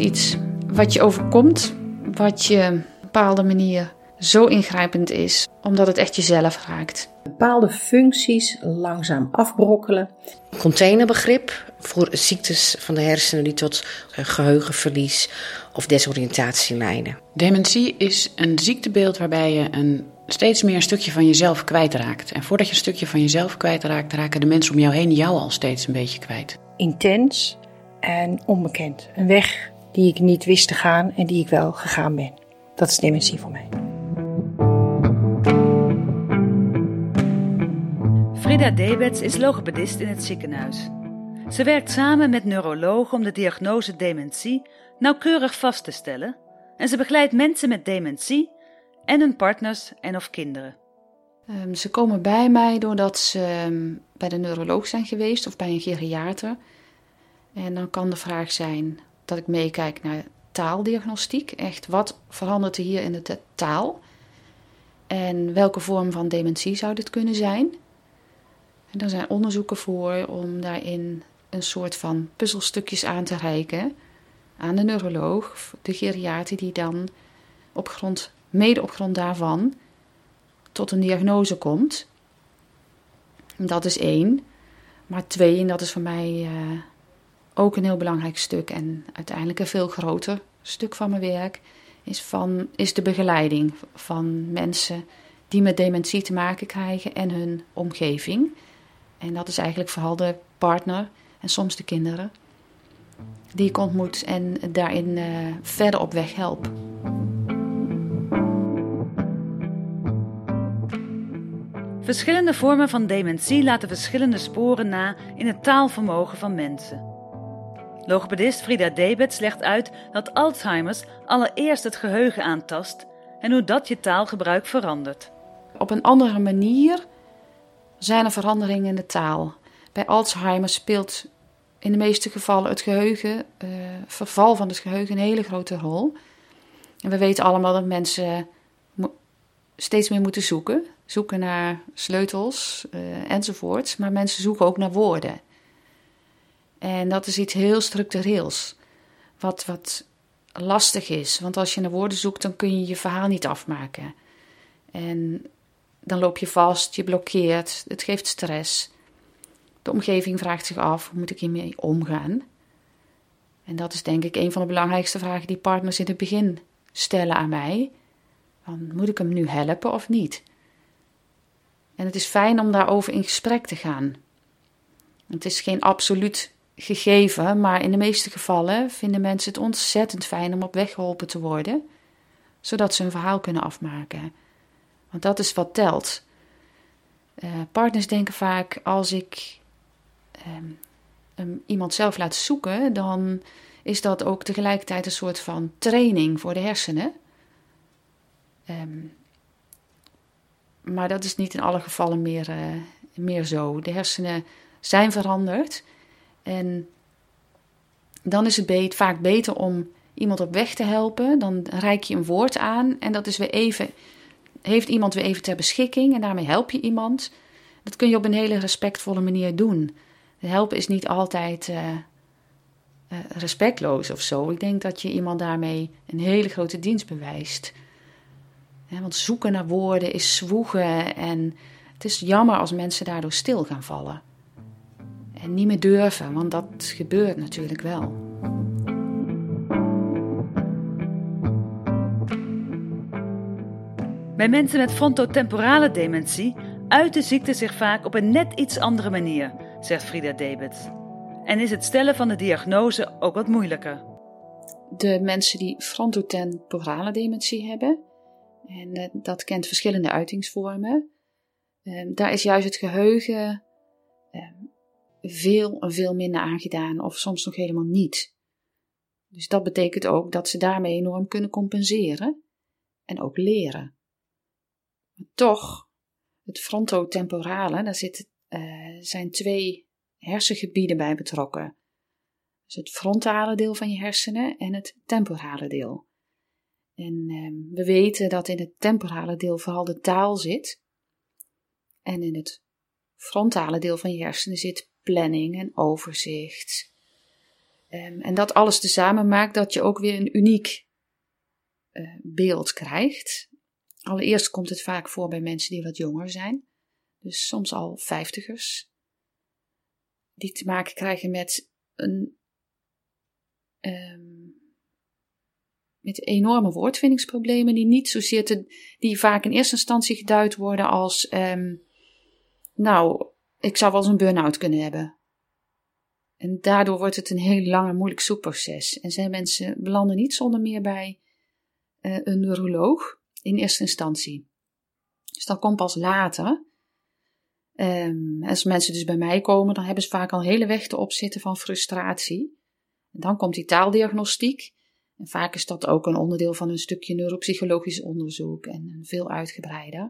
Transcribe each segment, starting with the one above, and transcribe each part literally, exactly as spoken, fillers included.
iets wat je overkomt, wat je op een bepaalde manier zo ingrijpend is, omdat het echt jezelf raakt. Bepaalde functies langzaam afbrokkelen. Containerbegrip voor ziektes van de hersenen die tot geheugenverlies of desoriëntatie leiden. Dementie is een ziektebeeld waarbij je een, steeds meer een stukje van jezelf kwijtraakt. En voordat je een stukje van jezelf kwijtraakt, raken de mensen om jou heen jou al steeds een beetje kwijt. Intens en onbekend. Een weg die ik niet wist te gaan en die ik wel gegaan ben. Dat is dementie voor mij. Frida Debets is logopedist in het ziekenhuis. Ze werkt samen met neurologen om de diagnose dementie nauwkeurig vast te stellen en ze begeleidt mensen met dementie en hun partners en of kinderen. Um, ze komen bij mij doordat ze um, bij de neuroloog zijn geweest of bij een geriater. En dan kan de vraag zijn dat ik meekijk naar taaldiagnostiek. Echt, wat verandert er hier in de taal? En welke vorm van dementie zou dit kunnen zijn? En er zijn onderzoeken voor om daarin een soort van puzzelstukjes aan te reiken aan de neuroloog, de geriater, die dan op grond, mede op grond daarvan tot een diagnose komt. En dat is één. Maar twee, en dat is voor mij uh, ook een heel belangrijk stuk en uiteindelijk een veel groter stuk van mijn werk, is, van, is de begeleiding van mensen die met dementie te maken krijgen en hun omgeving. En dat is eigenlijk vooral de partner en soms de kinderen die ik ontmoet en daarin uh, verder op weg help. Verschillende vormen van dementie laten verschillende sporen na in het taalvermogen van mensen. Logopedist Frida Debets legt uit dat Alzheimer's allereerst het geheugen aantast en hoe dat je taalgebruik verandert. Op een andere manier zijn er veranderingen in de taal. Bij Alzheimer speelt in de meeste gevallen het geheugen, uh, verval van het geheugen, een hele grote rol. En we weten allemaal dat mensen mo- steeds meer moeten zoeken. Zoeken naar sleutels uh, enzovoorts. Maar mensen zoeken ook naar woorden. En dat is iets heel structureels. Wat, wat lastig is. Want als je naar woorden zoekt, dan kun je je verhaal niet afmaken. En dan loop je vast, je blokkeert, het geeft stress. De omgeving vraagt zich af, hoe moet ik hiermee omgaan? En dat is denk ik een van de belangrijkste vragen die partners in het begin stellen aan mij. Van, moet ik hem nu helpen of niet? En het is fijn om daarover in gesprek te gaan. Het is geen absoluut gegeven, maar in de meeste gevallen vinden mensen het ontzettend fijn om op weg geholpen te worden, zodat ze hun verhaal kunnen afmaken. Want dat is wat telt. Uh, partners denken vaak, als ik um, um, iemand zelf laat zoeken, dan is dat ook tegelijkertijd een soort van training voor de hersenen. Um, maar dat is niet in alle gevallen meer, uh, meer zo. De hersenen zijn veranderd. En dan is het be- vaak beter om iemand op weg te helpen. Dan reik je een woord aan en dat is weer even, heeft iemand weer even ter beschikking en daarmee help je iemand. Dat kun je op een hele respectvolle manier doen. Het helpen is niet altijd uh, uh, respectloos of zo. Ik denk dat je iemand daarmee een hele grote dienst bewijst. Ja, want zoeken naar woorden is zwoegen en het is jammer als mensen daardoor stil gaan vallen. En niet meer durven, want dat gebeurt natuurlijk wel. Bij mensen met frontotemporale dementie uit de ziekte zich vaak op een net iets andere manier, zegt Frida Debets. En is het stellen van de diagnose ook wat moeilijker. De mensen die frontotemporale dementie hebben, en uh, dat kent verschillende uitingsvormen, uh, daar is juist het geheugen uh, veel en veel minder aangedaan of soms nog helemaal niet. Dus dat betekent ook dat ze daarmee enorm kunnen compenseren en ook leren. Maar toch, het frontotemporale, daar zit, uh, zijn twee hersengebieden bij betrokken. Dus het frontale deel van je hersenen en het temporale deel. En uh, we weten dat in het temporale deel vooral de taal zit. En in het frontale deel van je hersenen zit planning en overzicht. Um, en dat alles tezamen maakt dat je ook weer een uniek uh, beeld krijgt. Allereerst komt het vaak voor bij mensen die wat jonger zijn. Dus soms al vijftigers. Die te maken krijgen met een... Um, met enorme woordvindingsproblemen die niet zozeer te, die vaak in eerste instantie geduid worden als, um, nou, ik zou wel eens een burn-out kunnen hebben. En daardoor wordt het een heel lang en moeilijk zoekproces. En zijn mensen belanden niet zonder meer bij uh, een neuroloog in eerste instantie. Dus dat komt pas later. Um, als mensen dus bij mij komen, dan hebben ze vaak al een hele weg te opzitten van frustratie. En dan komt die taaldiagnostiek. En vaak is dat ook een onderdeel van een stukje neuropsychologisch onderzoek en veel uitgebreider.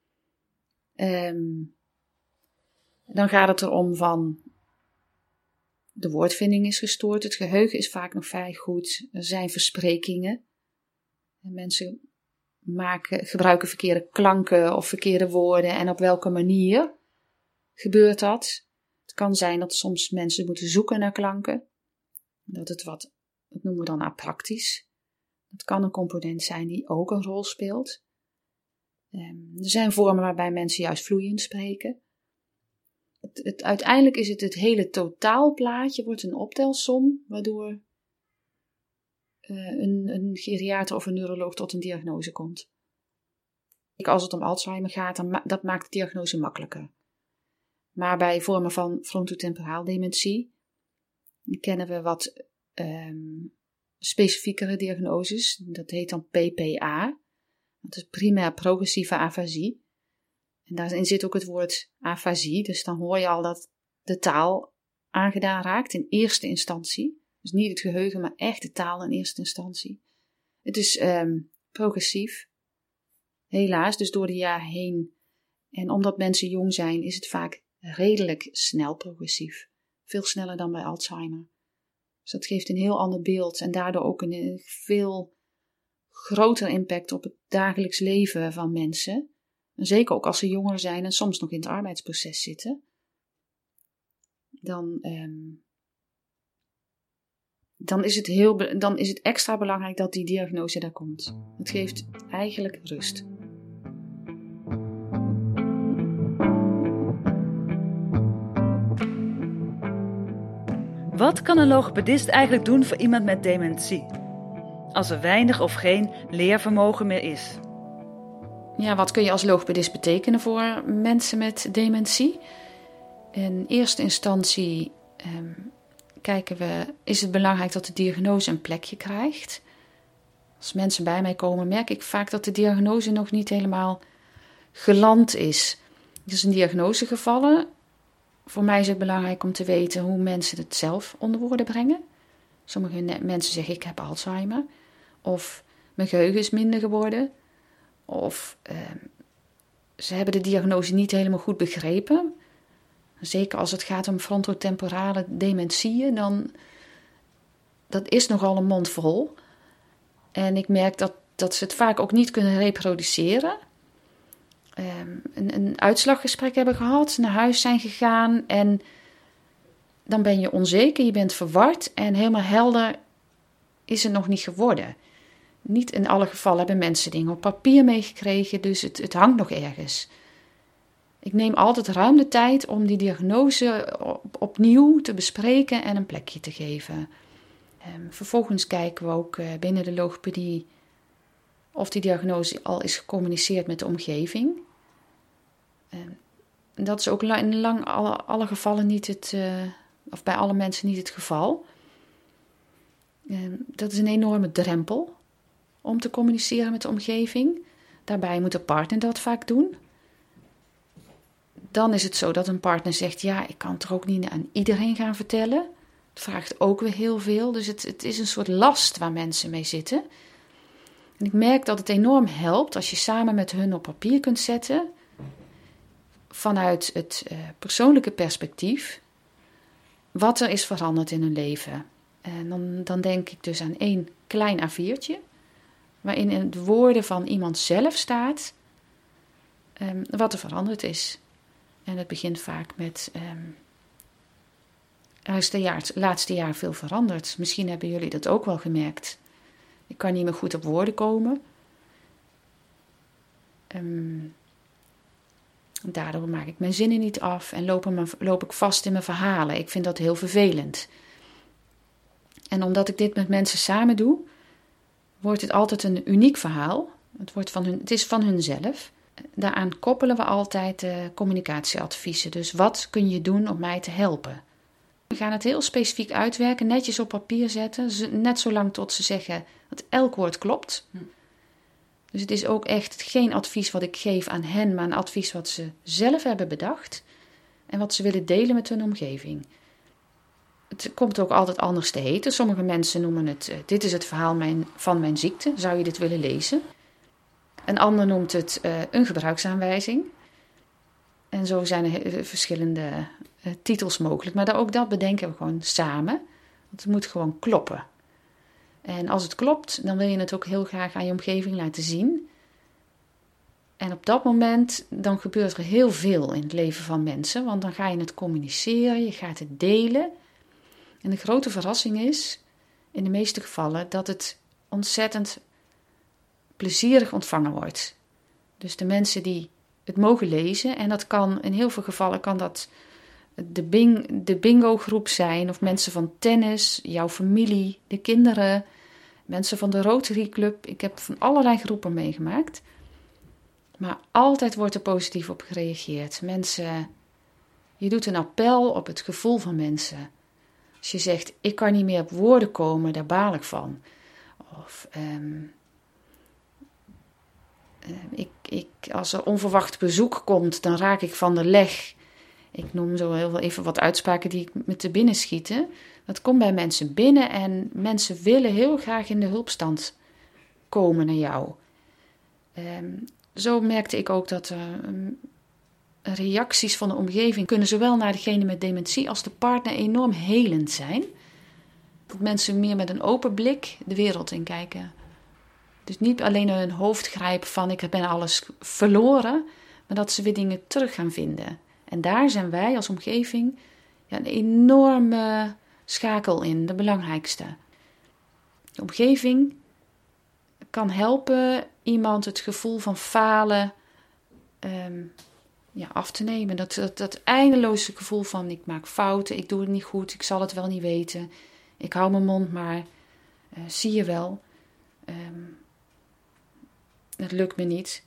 Um, dan gaat het erom van de woordvinding is gestoord, het geheugen is vaak nog vrij goed, er zijn versprekingen. En mensen maken, gebruiken verkeerde klanken of verkeerde woorden en op welke manier gebeurt dat? Het kan zijn dat soms mensen moeten zoeken naar klanken, dat het wat... Dat noemen we dan apraktisch. Dat kan een component zijn die ook een rol speelt. Um, er zijn vormen waarbij mensen juist vloeiend spreken. Het, het, uiteindelijk is het het hele totaalplaatje, wordt een optelsom, waardoor uh, een, een geriater of een neuroloog tot een diagnose komt. Als het om Alzheimer gaat, dan ma- dat maakt de diagnose makkelijker. Maar bij vormen van frontotemporaal dementie kennen we wat... Um, specifiekere diagnoses, dat heet dan P P A, dat is primair progressieve afasie. En daarin zit ook het woord afasie, dus dan hoor je al dat de taal aangedaan raakt in eerste instantie. Dus niet het geheugen, maar echt de taal in eerste instantie. Het is um, progressief, helaas, dus door de jaren heen. En omdat mensen jong zijn, is het vaak redelijk snel progressief. Veel sneller dan bij Alzheimer. Dus dat geeft een heel ander beeld en daardoor ook een veel groter impact op het dagelijks leven van mensen. En zeker ook als ze jonger zijn en soms nog in het arbeidsproces zitten. Dan, um, dan, is het heel, dan is het extra belangrijk dat die diagnose daar komt. Het geeft eigenlijk rust. Wat kan een logopedist eigenlijk doen voor iemand met dementie? Als er weinig of geen leervermogen meer is. Ja, wat kun je als logopedist betekenen voor mensen met dementie? In eerste instantie um, kijken we, is het belangrijk dat de diagnose een plekje krijgt. Als mensen bij mij komen, merk ik vaak dat de diagnose nog niet helemaal geland is. Dus een diagnose gevallen. Voor mij is het belangrijk om te weten hoe mensen het zelf onder woorden brengen. Sommige mensen zeggen ik heb Alzheimer. Of mijn geheugen is minder geworden. Of uh, ze hebben de diagnose niet helemaal goed begrepen. Zeker als het gaat om frontotemporale dementieën, dan dat is nogal een mond vol. En ik merk dat, dat ze het vaak ook niet kunnen reproduceren. Um, een, een uitslaggesprek hebben gehad, naar huis zijn gegaan en dan ben je onzeker, je bent verward en helemaal helder is het nog niet geworden. Niet in alle gevallen hebben mensen dingen op papier meegekregen, dus het, het hangt nog ergens. Ik neem altijd ruim de tijd om die diagnose op, opnieuw te bespreken en een plekje te geven. Um, vervolgens kijken we ook uh, binnen de logopedie of die diagnose al is gecommuniceerd met de omgeving. Um, dat is ook in lang alle, alle gevallen niet het, uh, of bij alle mensen niet het geval. Um, dat is een enorme drempel om te communiceren met de omgeving. Daarbij moet de partner dat vaak doen. Dan is het zo dat een partner zegt, ja, ik kan het er ook niet aan iedereen gaan vertellen. Het vraagt ook weer heel veel, dus het, het is een soort last waar mensen mee zitten. En ik merk dat het enorm helpt als je samen met hun op papier kunt zetten, vanuit het uh, persoonlijke perspectief, wat er is veranderd in hun leven. En dan, dan denk ik dus aan één klein A viertje, waarin in de woorden van iemand zelf staat um, wat er veranderd is. En het begint vaak met um, Er is de jaar, het laatste jaar veel veranderd. Misschien hebben jullie dat ook wel gemerkt. Ik kan niet meer goed op woorden komen. Um, daardoor maak ik mijn zinnen niet af en loop, me, loop ik vast in mijn verhalen. Ik vind dat heel vervelend. En omdat ik dit met mensen samen doe, wordt het altijd een uniek verhaal. Het, wordt van hun, het is van hunzelf. Daaraan koppelen we altijd uh, communicatieadviezen. Dus wat kun je doen om mij te helpen? We gaan het heel specifiek uitwerken, netjes op papier zetten. Net zolang tot ze zeggen dat elk woord klopt. Hm. Dus het is ook echt geen advies wat ik geef aan hen, maar een advies wat ze zelf hebben bedacht. En wat ze willen delen met hun omgeving. Het komt ook altijd anders te heten. Sommige mensen noemen het, uh, dit is het verhaal mijn, van mijn ziekte. Zou je dit willen lezen? Een ander noemt het uh, een gebruiksaanwijzing. En zo zijn er verschillende uh, titels mogelijk. Maar ook dat bedenken we gewoon samen. Want het moet gewoon kloppen. En als het klopt, dan wil je het ook heel graag aan je omgeving laten zien. En op dat moment, dan gebeurt er heel veel in het leven van mensen. Want dan ga je het communiceren, je gaat het delen. En de grote verrassing is, in de meeste gevallen, dat het ontzettend plezierig ontvangen wordt. Dus de mensen die het mogen lezen, en dat kan in heel veel gevallen kan dat de, bing, de bingo groep zijn, of mensen van tennis, jouw familie, de kinderen, mensen van de Rotary Club. Ik heb van allerlei groepen meegemaakt. Maar altijd wordt er positief op gereageerd. Mensen, je doet een appel op het gevoel van mensen. Als je zegt, ik kan niet meer op woorden komen, daar baal ik van. Of um, uh, ik, ik, als er onverwacht bezoek komt, dan raak ik van de leg. Ik noem zo heel veel even wat uitspraken die me te binnen schieten. Dat komt bij mensen binnen en mensen willen heel graag in de hulpstand komen naar jou. Um, zo merkte ik ook dat er um, reacties van de omgeving kunnen zowel naar degene met dementie als de partner enorm helend zijn. Dat mensen meer met een open blik de wereld in kijken. Dus niet alleen in hun hoofd grijpen van ik ben alles verloren, maar dat ze weer dingen terug gaan vinden. En daar zijn wij als omgeving ja, een enorme schakel in, de belangrijkste. De omgeving kan helpen iemand het gevoel van falen um, ja, af te nemen. Dat, dat, dat eindeloze gevoel van ik maak fouten, ik doe het niet goed, ik zal het wel niet weten. Ik hou mijn mond maar, uh, zie je wel. Um, het lukt me niet.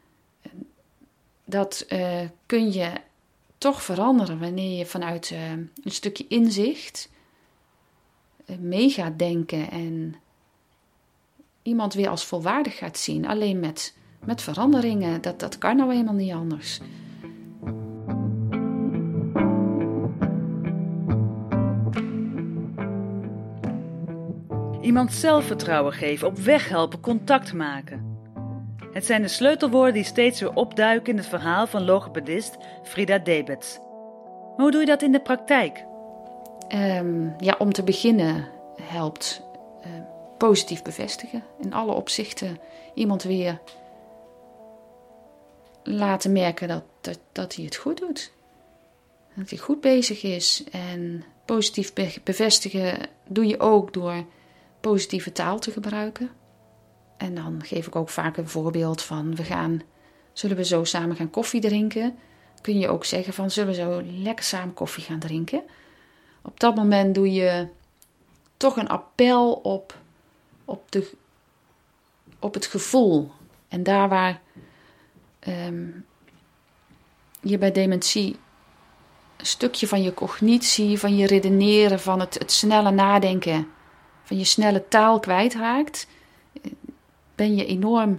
Dat uh, kun je toch veranderen wanneer je vanuit uh, een stukje inzicht uh, mee gaat denken en iemand weer als volwaardig gaat zien. Alleen met, met veranderingen. Dat, dat kan nou helemaal niet anders. Iemand zelfvertrouwen geven, op weg helpen, contact maken. Het zijn de sleutelwoorden die steeds weer opduiken in het verhaal van logopedist Frida Debets. Maar hoe doe je dat in de praktijk? Um, ja, om te beginnen helpt uh, positief bevestigen. In alle opzichten iemand weer laten merken dat, dat, dat hij het goed doet. Dat hij goed bezig is. En positief be- bevestigen doe je ook door positieve taal te gebruiken. En dan geef ik ook vaak een voorbeeld van, we gaan, zullen we zo samen gaan koffie drinken? Kun je ook zeggen van, zullen we zo lekker samen koffie gaan drinken? Op dat moment doe je toch een appel op, op, de, op het gevoel. En daar waar um, je bij dementie een stukje van je cognitie, van je redeneren, van het, het snelle nadenken, van je snelle taal kwijtraakt, ben je enorm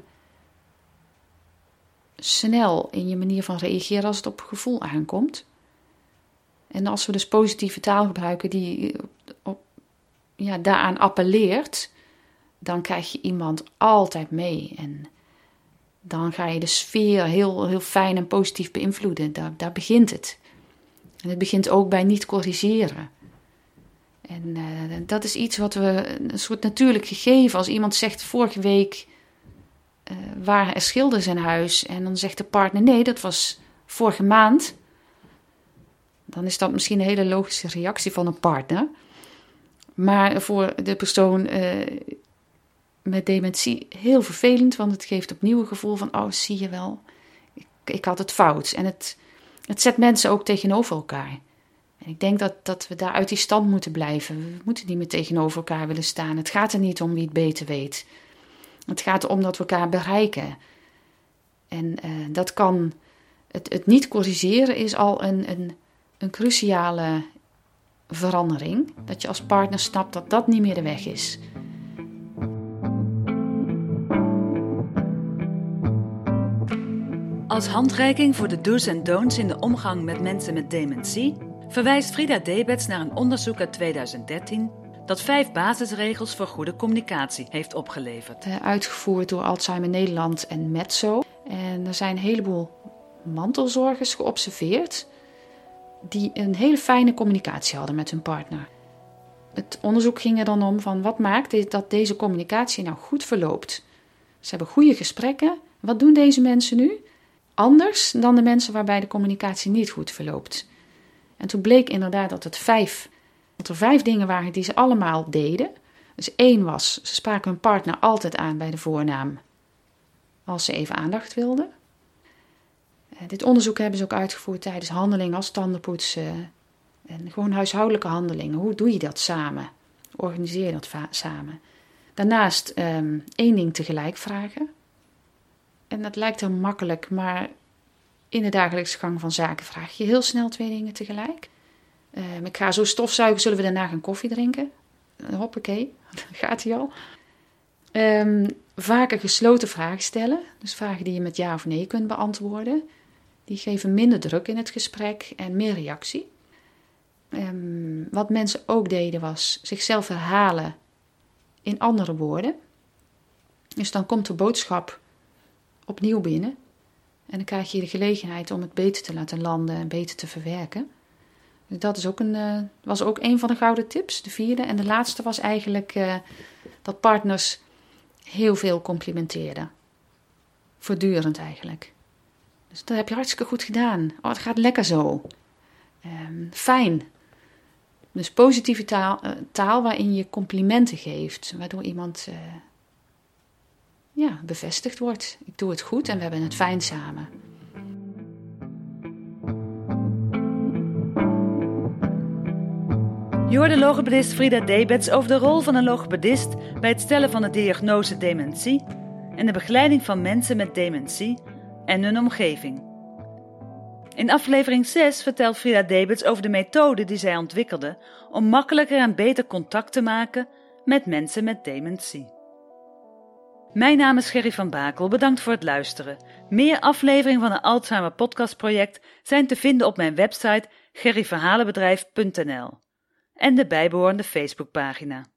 snel in je manier van reageren als het op gevoel aankomt. En als we dus positieve taal gebruiken die op, ja, daaraan appelleert, dan krijg je iemand altijd mee. En dan ga je de sfeer heel, heel fijn en positief beïnvloeden. Daar, daar begint het. En het begint ook bij niet corrigeren. En uh, dat is iets wat we, een soort natuurlijk gegeven. Als iemand zegt, vorige week uh, waren er schilders in huis. En dan zegt de partner, nee, dat was vorige maand. dan is dat misschien een hele logische reactie van een partner. Maar voor de persoon uh, met dementie heel vervelend, want het geeft opnieuw een gevoel van, oh, zie je wel, ik, ik had het fout. En het, het zet mensen ook tegenover elkaar. En ik denk dat, dat we daar uit die stand moeten blijven. We moeten niet meer tegenover elkaar willen staan. Het gaat er niet om wie het beter weet. Het gaat erom dat we elkaar bereiken. En uh, dat kan, het, het niet corrigeren is al een, een, een cruciale verandering. Dat je als partner snapt dat dat niet meer de weg is. Als handreiking voor de do's en don'ts in de omgang met mensen met dementie verwijst Frida Debets naar een onderzoek uit tweeduizend dertien dat vijf basisregels voor goede communicatie heeft opgeleverd. Uh, uitgevoerd door Alzheimer Nederland en Metso. En er zijn een heleboel mantelzorgers geobserveerd die een hele fijne communicatie hadden met hun partner. Het onderzoek ging er dan om van wat maakt dat deze communicatie nou goed verloopt. Ze hebben goede gesprekken. Wat doen deze mensen nu? Anders dan de mensen waarbij de communicatie niet goed verloopt. En toen bleek inderdaad dat, het vijf, dat er vijf dingen waren die ze allemaal deden. Dus één was, ze spraken hun partner altijd aan bij de voornaam als ze even aandacht wilden. Uh, dit onderzoek hebben ze ook uitgevoerd tijdens handelingen als tandenpoetsen en gewoon huishoudelijke handelingen. Hoe doe je dat samen? Organiseer je dat va- samen? Daarnaast um, één ding tegelijk vragen. En dat lijkt heel makkelijk, maar in de dagelijkse gang van zaken vraag je heel snel twee dingen tegelijk. Uh, ik ga zo stofzuigen, zullen we daarna gaan koffie drinken? Uh, hoppakee, gaat hij al. Um, vaker gesloten vragen stellen, dus vragen die je met ja of nee kunt beantwoorden. Die geven minder druk in het gesprek en meer reactie. Um, wat mensen ook deden was zichzelf herhalen in andere woorden. Dus dan komt de boodschap opnieuw binnen. En dan krijg je de gelegenheid om het beter te laten landen en beter te verwerken. Dus dat is ook een, uh, was ook een van de gouden tips, de vierde. En de laatste was eigenlijk uh, dat partners heel veel complimenteerden. Voortdurend eigenlijk. Dus dat heb je hartstikke goed gedaan. Oh, het gaat lekker zo. Um, fijn. Dus positieve taal, uh, taal waarin je complimenten geeft. Waardoor iemand uh, ja, bevestigd wordt. Ik doe het goed en we hebben het fijn samen. Je hoorde logopedist Frida Debets over de rol van een logopedist bij het stellen van de diagnose dementie en de begeleiding van mensen met dementie en hun omgeving. In aflevering zes vertelt Frida Debets over de methode die zij ontwikkelde om makkelijker en beter contact te maken met mensen met dementie. Mijn naam is Gerry van Bakel, bedankt voor het luisteren. Meer afleveringen van het Alzheimer Podcast Project zijn te vinden op mijn website gerry verhalenbedrijf punt n l en de bijbehorende Facebookpagina.